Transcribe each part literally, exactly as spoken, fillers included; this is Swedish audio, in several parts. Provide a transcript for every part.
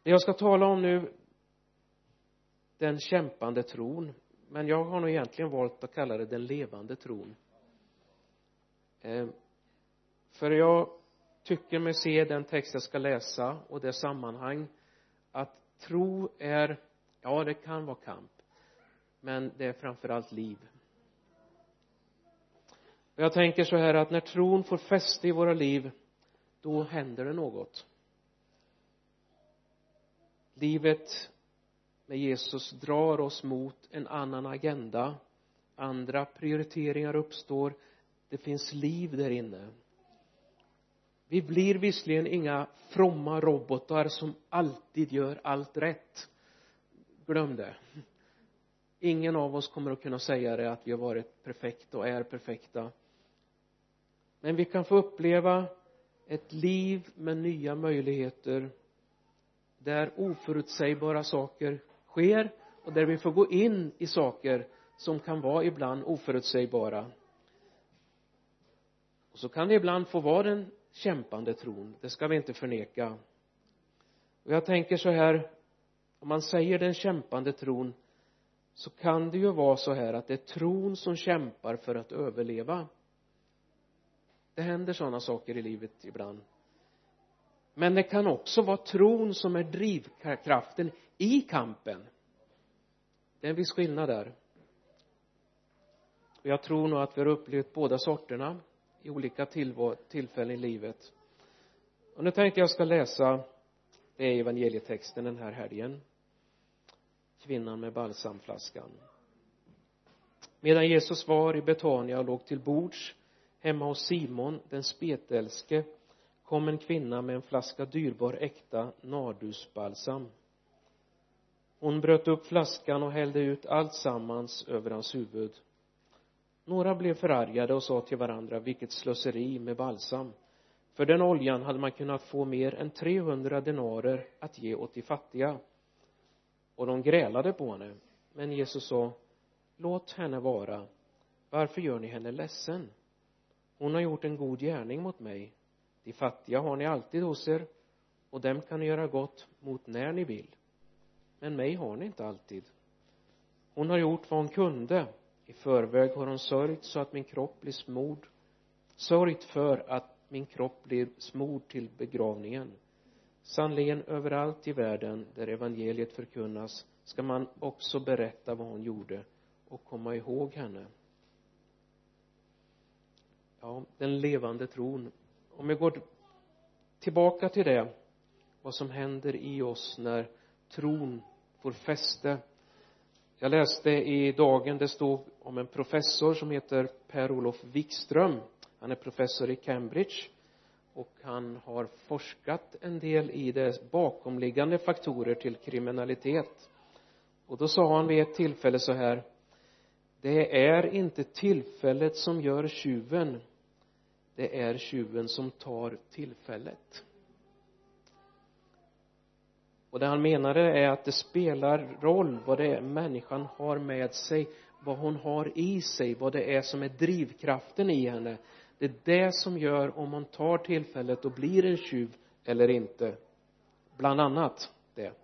Det jag ska tala om nu, den kämpande tron, men jag har nog egentligen valt att kalla det den levande tron. Eh, för jag tycker mig se den text jag ska läsa och det sammanhang att tro är, ja det kan vara kamp, men det är framförallt liv. Och jag tänker så här att när tron får fäste i våra liv, då händer det något. Livet med Jesus drar oss mot en annan agenda. Andra prioriteringar uppstår. Det finns liv där inne. Vi blir visserligen inga fromma robotar som alltid gör allt rätt. Glöm det. Ingen av oss kommer att kunna säga det att vi har varit perfekta och är perfekta. Men vi kan få uppleva ett liv med nya möjligheter, där oförutsägbara saker sker och där vi får gå in i saker som kan vara ibland oförutsägbara. Och så kan det ibland få vara den kämpande tron, det ska vi inte förneka. Och jag tänker så här, om man säger den kämpande tron, så kan det ju vara så här att det är tron som kämpar för att överleva. Det händer sådana saker i livet ibland. Men det kan också vara tron som är drivkraften i kampen. Det är en viss skillnad där. Och jag tror nog att vi har upplevt båda sorterna i olika tillfällen i livet. Och nu tänkte jag ska läsa, det är evangelietexten den här helgen. Kvinnan med balsamflaskan. Medan Jesus var i Betania och låg till bords hemma hos Simon den spetälske, kom en kvinna med en flaska dyrbar äkta nardusbalsam. Hon bröt upp flaskan och hällde ut allt sammans över hans huvud. Några blev förargade och sa till varandra, vilket slöseri med balsam. För den oljan hade man kunnat få mer än trehundra denarer att ge åt de fattiga. Och de grälade på henne. Men Jesus sa, låt henne vara. Varför gör ni henne ledsen? Hon har gjort en god gärning mot mig. De fattiga har ni alltid hos er, och dem kan ni göra gott mot när ni vill. Men mig har ni inte alltid. Hon har gjort vad hon kunde. I förväg har hon sörjt så att min kropp blir smord. Sörjt för att min kropp blir smord till begravningen. Sannligen överallt i världen där evangeliet förkunnas ska man också berätta vad hon gjorde och komma ihåg henne. Ja, den levande tron. Om vi går tillbaka till det, vad som händer i oss när tron får fäste. Jag läste i Dagen, det stod om en professor som heter Per-Olof Wikström. Han är professor i Cambridge och han har forskat en del i det bakomliggande faktorer till kriminalitet. Och då sa han vid ett tillfälle så här: det är inte tillfället som gör tjuven, det är tjuven som tar tillfället. Och det han menade är att det spelar roll vad det är människan har med sig, vad hon har i sig, vad det är som är drivkraften i henne. Det är det som gör om hon tar tillfället och blir en tjuv eller inte. Bland annat det.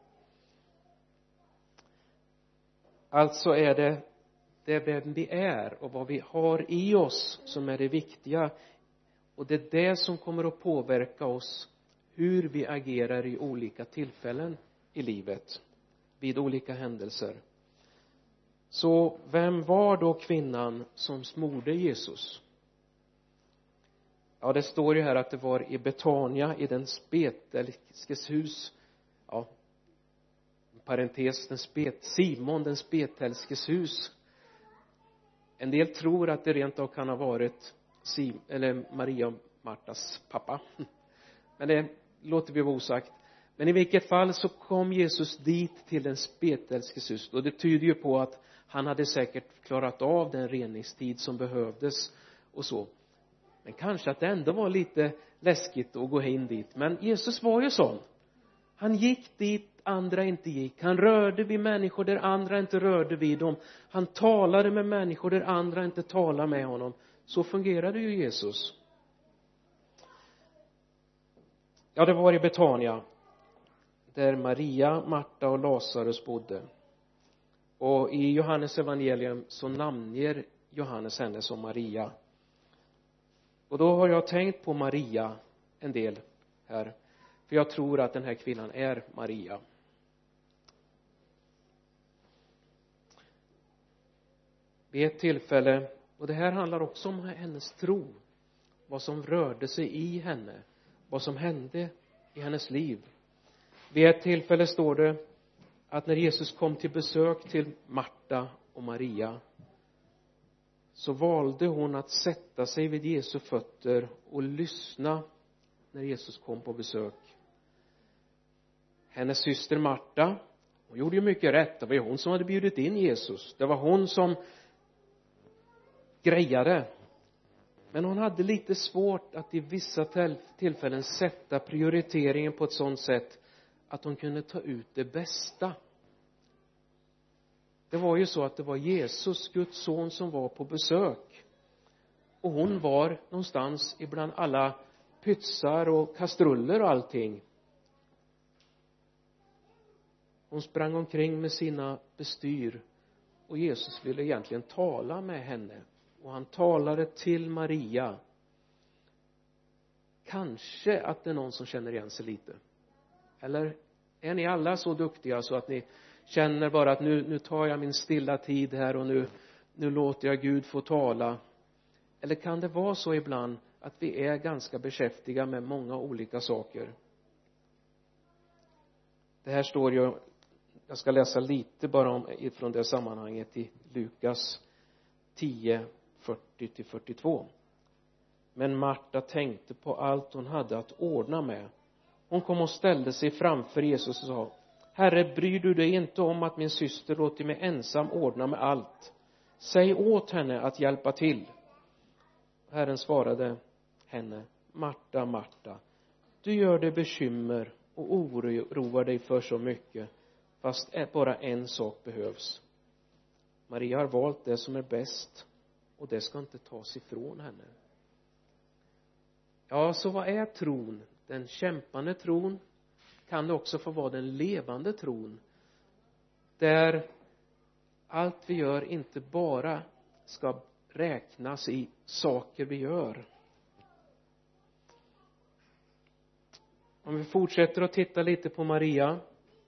Alltså är det det vem vi är och vad vi har i oss som är det viktiga. Och det är det som kommer att påverka oss, hur vi agerar i olika tillfällen i livet, vid olika händelser. Så vem var då kvinnan som smorde Jesus? Ja, det står ju här att det var i Betania, i den spetälskes hus. Ja, parentes, den spet, Simon den spetälskes hus. En del tror att det rent av kan ha varit Sim, eller Maria och Martas pappa. Men det låter vi vara osagt. Men i vilket fall så kom Jesus dit till den spetälskes hus. Och det tyder ju på att han hade säkert klarat av den reningstid som behövdes och så. Men kanske att det ändå var lite läskigt att gå in dit. Men Jesus var ju sån. Han gick dit andra inte gick. Han rörde vid människor där andra inte rörde vid dem. Han talade med människor där andra inte talade med honom. Så fungerade ju Jesus. Ja, det var i Betania. där Maria, Marta och Lazarus bodde. Och i Johannes evangelium så namnger Johannes henne som Maria. Och då har jag tänkt på Maria en del här. För jag tror att den här kvinnan är Maria. Vid ett tillfälle, och det här handlar också om hennes tro. Vad som rörde sig i henne. Vad som hände i hennes liv. Vid ett tillfälle står det att när Jesus kom till besök till Marta och Maria, så valde hon att sätta sig vid Jesu fötter och lyssna när Jesus kom på besök. Hennes syster Marta, hon gjorde ju mycket rätt. Det var ju hon som hade bjudit in Jesus. Det var hon som grejade. Men hon hade lite svårt att i vissa tillfällen sätta prioriteringen på ett sådant sätt att hon kunde ta ut det bästa. Det var ju så att det var Jesus, Guds son, som var på besök. Och hon var någonstans ibland alla pytsar och kastruller och allting. Hon sprang omkring med sina bestyr. Och Jesus ville egentligen tala med henne. Och han talade till Maria. Kanske att det är någon som känner igen sig lite. Eller är ni alla så duktiga så att ni känner bara att nu, nu tar jag min stilla tid här och nu, nu låter jag Gud få tala. Eller kan det vara så ibland att vi är ganska beskäftiga med många olika saker? Det här står ju, jag ska läsa lite bara om, från det sammanhanget i Lukas tio, fyrtio till fyrtiotvå. Men Marta tänkte på allt hon hade att ordna med. Hon kom och ställde sig framför Jesus och sa: Herre, bryr du dig inte om att min syster låter mig ensam ordna med allt? Säg åt henne att hjälpa till. Herren svarade henne: Marta, Marta, du gör dig bekymmer och oroar dig för så mycket, fast bara en sak behövs. Maria har valt det som är bäst, och det ska inte tas ifrån henne. Ja, så vad är tron? Den kämpande tron. Kan det också få vara den levande tron, där allt vi gör inte bara ska räknas i saker vi gör. Om vi fortsätter att titta lite på Maria.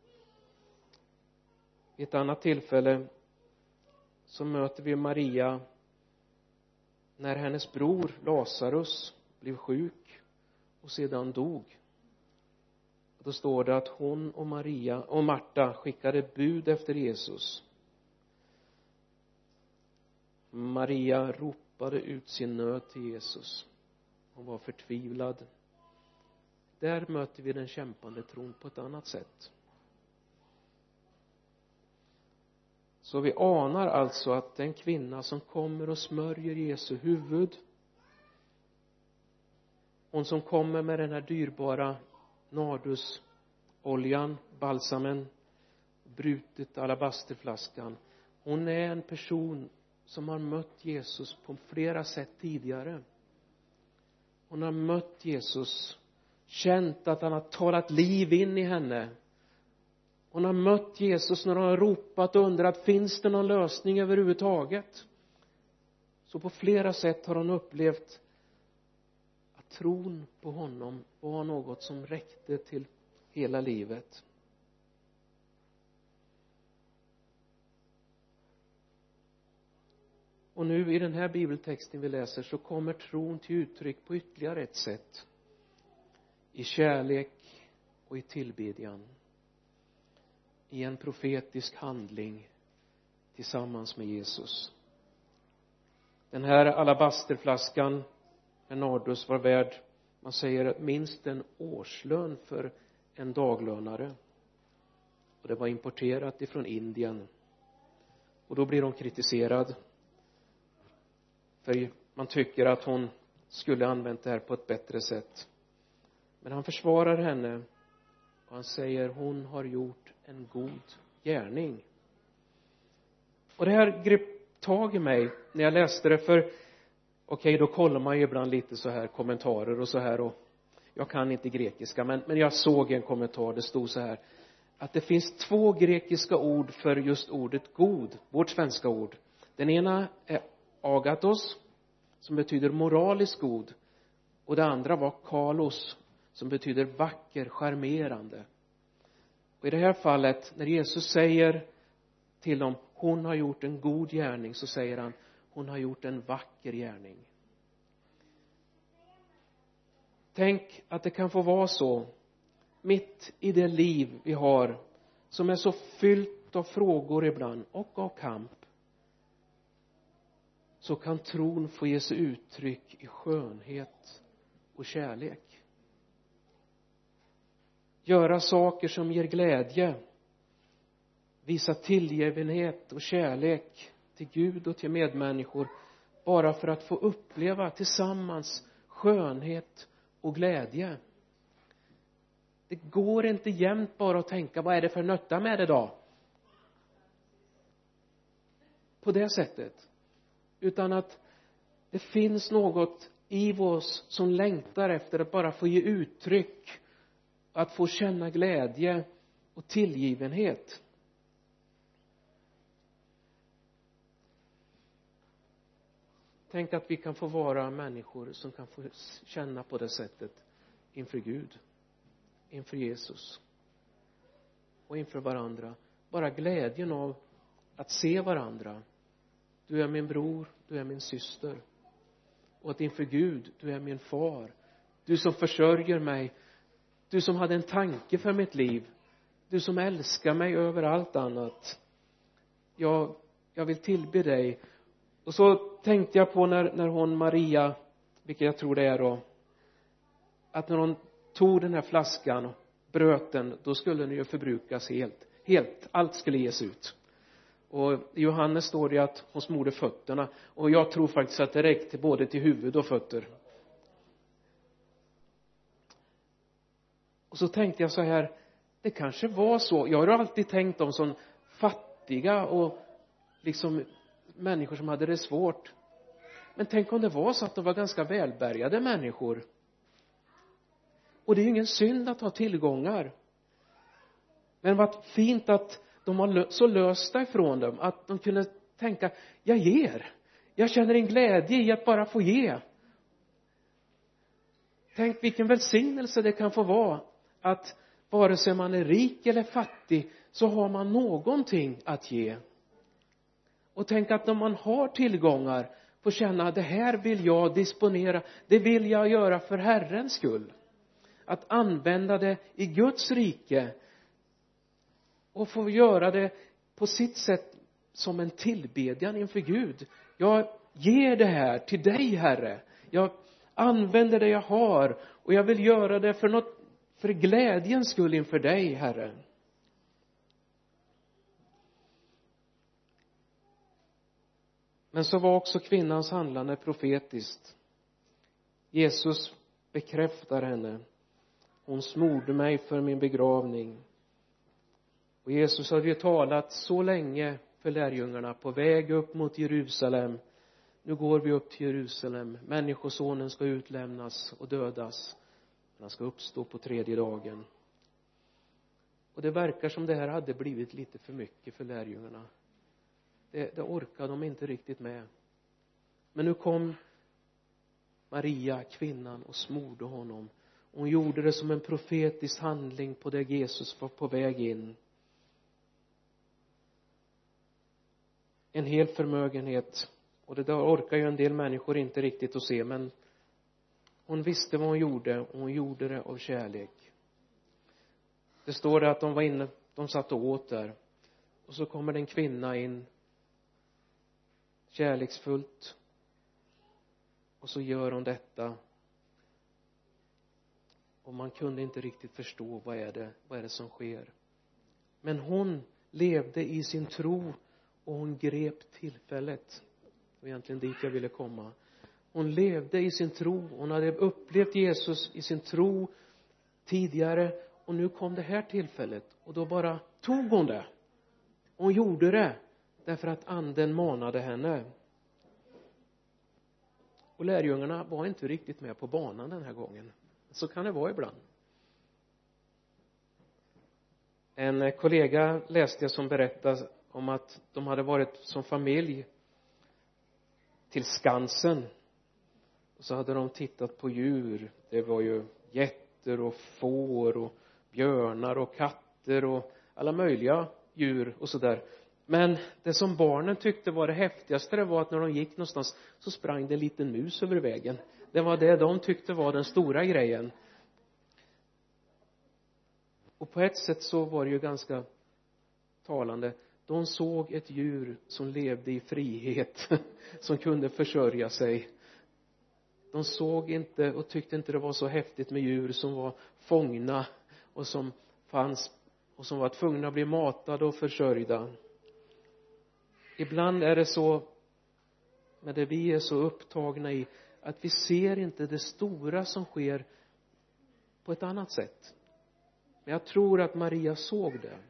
I ett annat tillfälle så möter vi Maria när hennes bror Lazarus blev sjuk och sedan dog. Då står det att hon och Maria och Marta skickade bud efter Jesus. Maria ropade ut sin nöd till Jesus. Hon var förtvivlad. Där möter vi den kämpande tron på ett annat sätt. Så vi anar alltså att den kvinna som kommer och smörjer Jesu huvud, hon som kommer med den här dyrbara nardusoljan, balsamen, brutet alabasterflaskan, hon är en person som har mött Jesus på flera sätt tidigare. Hon har mött Jesus, känt att han har talat liv in i henne. Hon har mött Jesus när hon har ropat och undrat, finns det någon lösning överhuvudtaget? Så på flera sätt har hon upplevt att tron på honom var något som räckte till hela livet. Och nu i den här bibeltexten vi läser så kommer tron till uttryck på ytterligare ett sätt. I kärlek och i tillbedjan. I en profetisk handling tillsammans med Jesus. Den här alabasterflaskan med nardus var värd, man säger, minst en årslön för en daglönare. Och det var importerat ifrån Indien. Och då blir hon kritiserad. För man tycker att hon skulle använt det här på ett bättre sätt. Men han försvarar henne. Och han säger, hon har gjort en god gärning. Och det här grep tag i mig när jag läste det. För okej, okay, då kollar man ju ibland lite så här kommentarer och så här. Och jag kan inte grekiska, men, men jag såg en kommentar. Det stod så här: att det finns två grekiska ord för just ordet god, vårt svenska ord. Den ena är agatos, som betyder moraliskt god, och det andra var kalos, som betyder vacker, charmerande. Och i det här fallet, när Jesus säger till dem, hon har gjort en god gärning, så säger han, hon har gjort en vacker gärning. Tänk att det kan få vara så, mitt i det liv vi har, som är så fyllt av frågor ibland och av kamp, så kan tron få ge sig uttryck i skönhet och kärlek. Göra saker som ger glädje. Visa tillgivenhet och kärlek till Gud och till medmänniskor, bara för att få uppleva tillsammans skönhet och glädje. Det går inte jämt bara att tänka, vad är det för nötta med det då? På det sättet. Utan att det finns något i oss som längtar efter att bara få ge uttryck, att få känna glädje och tillgivenhet. Tänk att vi kan få vara människor som kan få känna på det sättet inför Gud, inför Jesus och inför varandra. Bara glädjen av att se varandra. Du är min bror, du är min syster. Och att inför Gud, du är min far. Du som försörjer mig. Du som hade en tanke för mitt liv. Du som älskar mig över allt annat. Jag, jag vill tillbe dig. Och så tänkte jag på när, när hon Maria, vilket jag tror det är då, att när hon tog den här flaskan och bröt den, då skulle den ju förbrukas helt. Helt, allt skulle ges ut. Och i Johannes står det att hon smorde fötterna. Och jag tror faktiskt att det räckte både till huvud och fötter. Och så tänkte jag så här, det kanske var så. Jag har alltid tänkt om som fattiga och liksom människor som hade det svårt. Men tänk om det var så att de var ganska välbärgade människor. Och det är ju ingen synd att ha tillgångar. Men vad fint att de var så lösta ifrån dem att de kunde tänka, jag ger. Jag känner en glädje i att bara få ge. Tänk vilken välsignelse det kan få vara att vare sig man är rik eller fattig så har man någonting att ge. Och tänk att när man har tillgångar får känna att det här vill jag disponera. Det vill jag göra för Herrens skull. Att använda det i Guds rike. Och få göra det på sitt sätt som en tillbedjan inför Gud. Jag ger det här till dig, Herre. Jag använder det jag har. Och jag vill göra det för något, för glädjens skull inför dig, Herre. Men så var också kvinnans handlande profetiskt. Jesus bekräftar henne. Hon smorde mig för min begravning. Och Jesus hade ju talat så länge för lärjungarna på väg upp mot Jerusalem. Nu går vi upp till Jerusalem. Människosonen ska utlämnas och dödas. Han ska uppstå på tredje dagen. Och det verkar som det här hade blivit lite för mycket för lärjungarna. Det, det orkade de inte riktigt med. Men nu kom Maria, kvinnan, och smorde honom. Hon gjorde det som en profetisk handling på det Jesus var på väg in. En hel förmögenhet. Och det där orkar ju en del människor inte riktigt att se. Men hon visste vad hon gjorde. Och hon gjorde det av kärlek. Det står det att de var inne. De satt och åt där. Och så kommer en kvinna in. Kärleksfullt. Och så gör hon detta. Och man kunde inte riktigt förstå vad är det, vad är det som sker. Men hon levde i sin tro. Och hon grep tillfället. Det var egentligen dit jag ville komma. Hon levde i sin tro. Hon hade upplevt Jesus i sin tro tidigare. Och nu kom det här tillfället. Och då bara tog hon det. Och hon gjorde det. Därför att anden manade henne. Och lärjungarna var inte riktigt med på banan den här gången. Så kan det vara ibland. En kollega läste jag som berättade om att de hade varit som familj till Skansen. Och så hade de tittat på djur. Det var ju getter och får och björnar och katter och alla möjliga djur och sådär. Men det som barnen tyckte var det häftigaste, det var att när de gick någonstans så sprang det en liten mus över vägen. Det var det de tyckte var den stora grejen. Och på ett sätt så var det ju ganska talande. De såg ett djur som levde i frihet, som kunde försörja sig. De såg inte och tyckte inte det var så häftigt med djur som var fångna och som fanns och som var tvungna att bli matade och försörjda. Ibland är det så med det vi är så upptagna i att vi ser inte det stora som sker på ett annat sätt. Men jag tror att Maria såg det.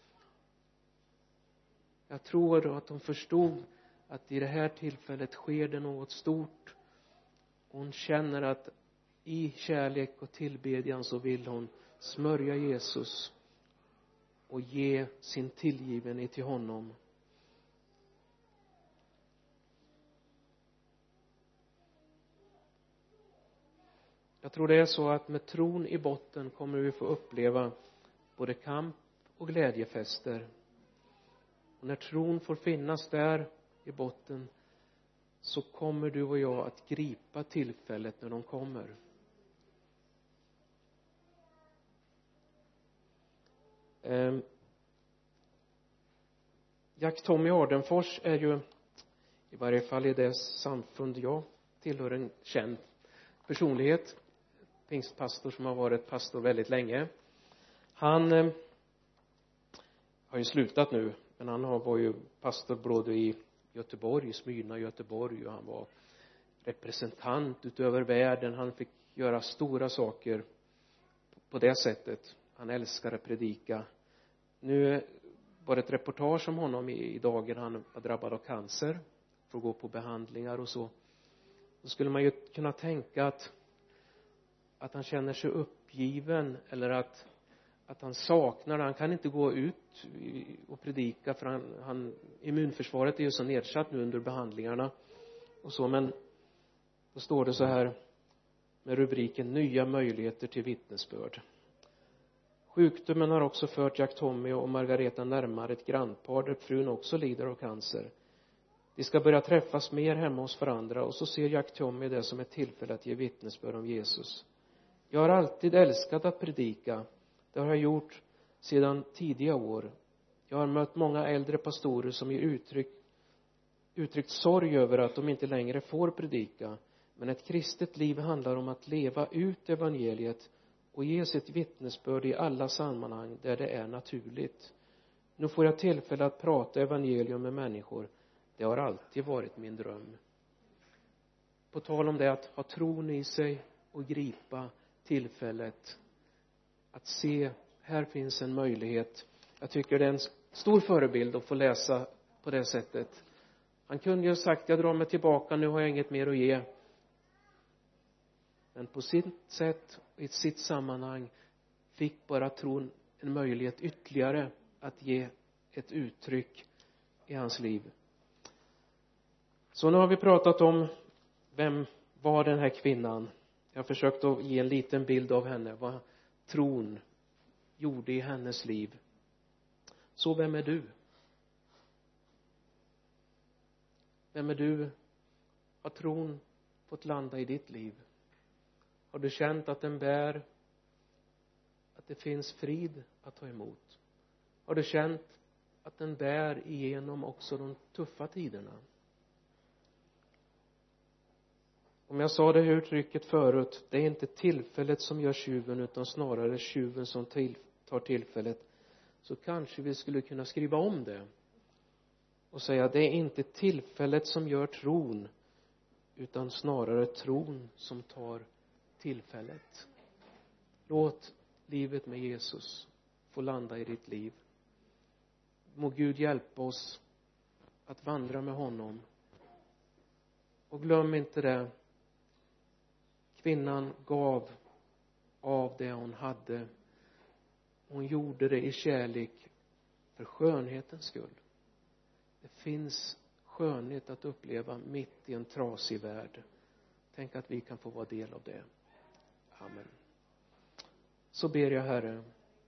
Jag tror att hon förstod att i det här tillfället sker det något stort. Hon känner att i kärlek och tillbedjan så vill hon smörja Jesus och ge sin tillgivenhet till honom. Jag tror det är så att med tron i botten kommer vi få uppleva både kamp och glädjefester. Och när tron får finnas där i botten så kommer du och jag att gripa tillfället när de kommer. Eh, Jack Tommy Ardenfors är ju, i varje fall i det samfund jag tillhör, en känd personlighet. Pingstpastor som har varit pastor väldigt länge. Han eh, har ju slutat nu, men han var ju pastor både i Göteborg, Smyrna, Göteborg, och han var representant utöver världen. Han fick göra stora saker på det sättet. Han älskade att predika. Nu var det ett reportage om honom i, i dagen. Han var drabbad av cancer, får gå på behandlingar och så. Då skulle man ju kunna tänka att att han känner sig uppgiven, eller att att han saknar, han kan inte gå ut och predika för han, han immunförsvaret är ju så nedsatt nu under behandlingarna och så. Men då står det så här med rubriken nya möjligheter till vittnesbörd. Sjukdomen har också fört Jack Tommy och Margareta närmare ett grannpar där frun också lider av cancer. De ska börja träffas mer hemma hos varandra, och så ser Jack Tommy det som ett tillfälle att ge vittnesbörd om Jesus. Jag har alltid älskat att predika. Det har jag gjort sedan tidiga år. Jag har mött många äldre pastorer som ger uttryck, uttryckt sorg över att de inte längre får predika. Men ett kristet liv handlar om att leva ut evangeliet och ge sitt vittnesbörd i alla sammanhang där det är naturligt. Nu får jag tillfälle att prata evangelium med människor. Det har alltid varit min dröm. På tal om det, att ha tron i sig och gripa tillfället. Att se, här finns en möjlighet. Jag tycker det är en stor förebild att få läsa på det sättet. Han kunde ju ha sagt, jag drar mig tillbaka, nu har jag inget mer att ge. Men på sitt sätt, i sitt sammanhang, fick bara tron en möjlighet ytterligare att ge ett uttryck i hans liv. Så nu har vi pratat om vem var den här kvinnan. Jag har försökt att ge en liten bild av henne, vad tron gjorde i hennes liv. Så vem är du? Vem är du? Har tron fått landa i ditt liv? Har du känt att den bär, att det finns frid att ta emot? Har du känt att den bär igenom också de tuffa tiderna? Om jag sa det här uttrycket förut, det är inte tillfället som gör tjuven utan snarare tjuven som till, tar tillfället, så kanske vi skulle kunna skriva om det och säga, det är inte tillfället som gör tron utan snarare tron som tar tillfället. Låt livet med Jesus få landa i ditt liv. Må Gud hjälpa oss att vandra med honom. Och glöm inte det. Kvinnan gav av det hon hade. Hon gjorde det i kärlek för skönhetens skull. Det finns skönhet att uppleva mitt i en trasig värld. Tänk att vi kan få vara del av det. Amen. Så ber jag, Herre.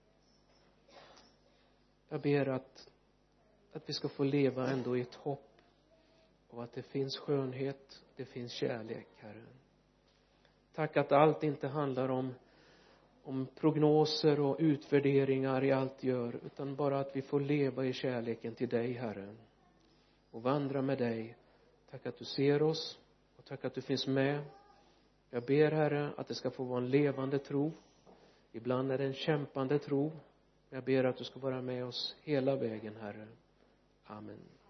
Jag ber att, att vi ska få leva ändå i ett hopp. Och att det finns skönhet, det finns kärlek, Herre. Tack att allt inte handlar om, om prognoser och utvärderingar i allt gör. Utan bara att vi får leva i kärleken till dig, Herre. Och vandra med dig. Tack att du ser oss. Och tack att du finns med. Jag ber, Herre, att det ska få vara en levande tro. Ibland är det en kämpande tro. Jag ber att du ska vara med oss hela vägen, Herre. Amen.